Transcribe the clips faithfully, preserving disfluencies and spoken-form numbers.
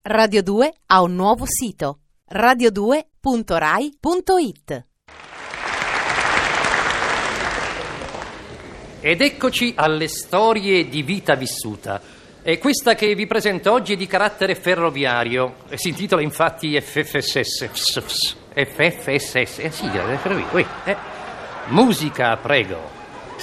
Radio due ha un nuovo sito, radio due punto rai punto it. Ed eccoci alle storie di vita vissuta. E questa che vi presento oggi è di carattere ferroviario. Si intitola infatti F F S S. F F S S. Eh sì, è ferrovia. Eh. Musica, prego.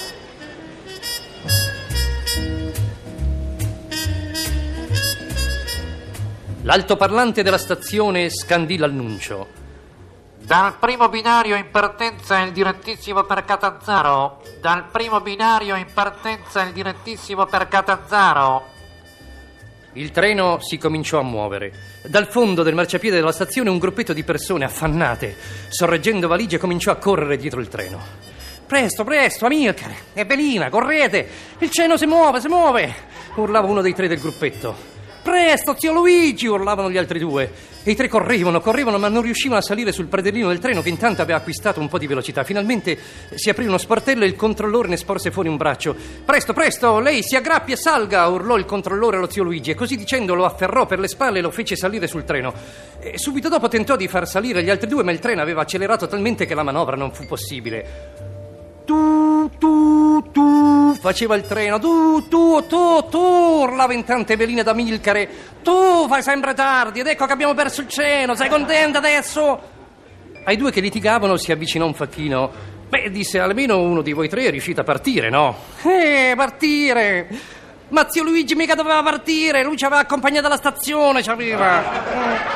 L'altoparlante della stazione scandì l'annuncio. Dal primo binario in partenza il direttissimo per Catanzaro. Dal primo binario in partenza il direttissimo per Catanzaro. Il treno si cominciò a muovere. Dal fondo del marciapiede della stazione un gruppetto di persone affannate, sorreggendo valigie, cominciò a correre dietro il treno. Presto, presto, Amilcare, Evelina, correte! Il treno si muove, si muove! Urlava uno dei tre del gruppetto. Presto, zio Luigi! Urlavano gli altri due. E i tre correvano, correvano, ma non riuscivano a salire sul predellino del treno che intanto aveva acquistato un po' di velocità. Finalmente si aprì uno sportello e il controllore ne sporse fuori un braccio. Presto, presto, lei si aggrappi e salga! Urlò il controllore allo zio Luigi e così dicendo lo afferrò per le spalle e lo fece salire sul treno. E subito dopo tentò di far salire gli altri due, ma il treno aveva accelerato talmente che la manovra non fu possibile. Tu, tu, tu, faceva il treno. Tu, tu, tu, tu, urlava intanto Evelina da Milcare. Tu fai sempre tardi ed ecco che abbiamo perso il treno. Sei contenta adesso? Ai due che litigavano si avvicinò un facchino. Beh, disse, almeno uno di voi tre è riuscito a partire, no? Eh, partire! Ma zio Luigi mica doveva partire. Lui ci aveva accompagnato alla stazione, ci aveva.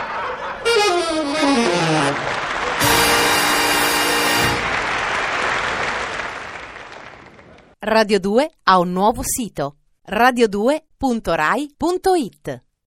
Radio due ha un nuovo sito, radio due punto rai punto it.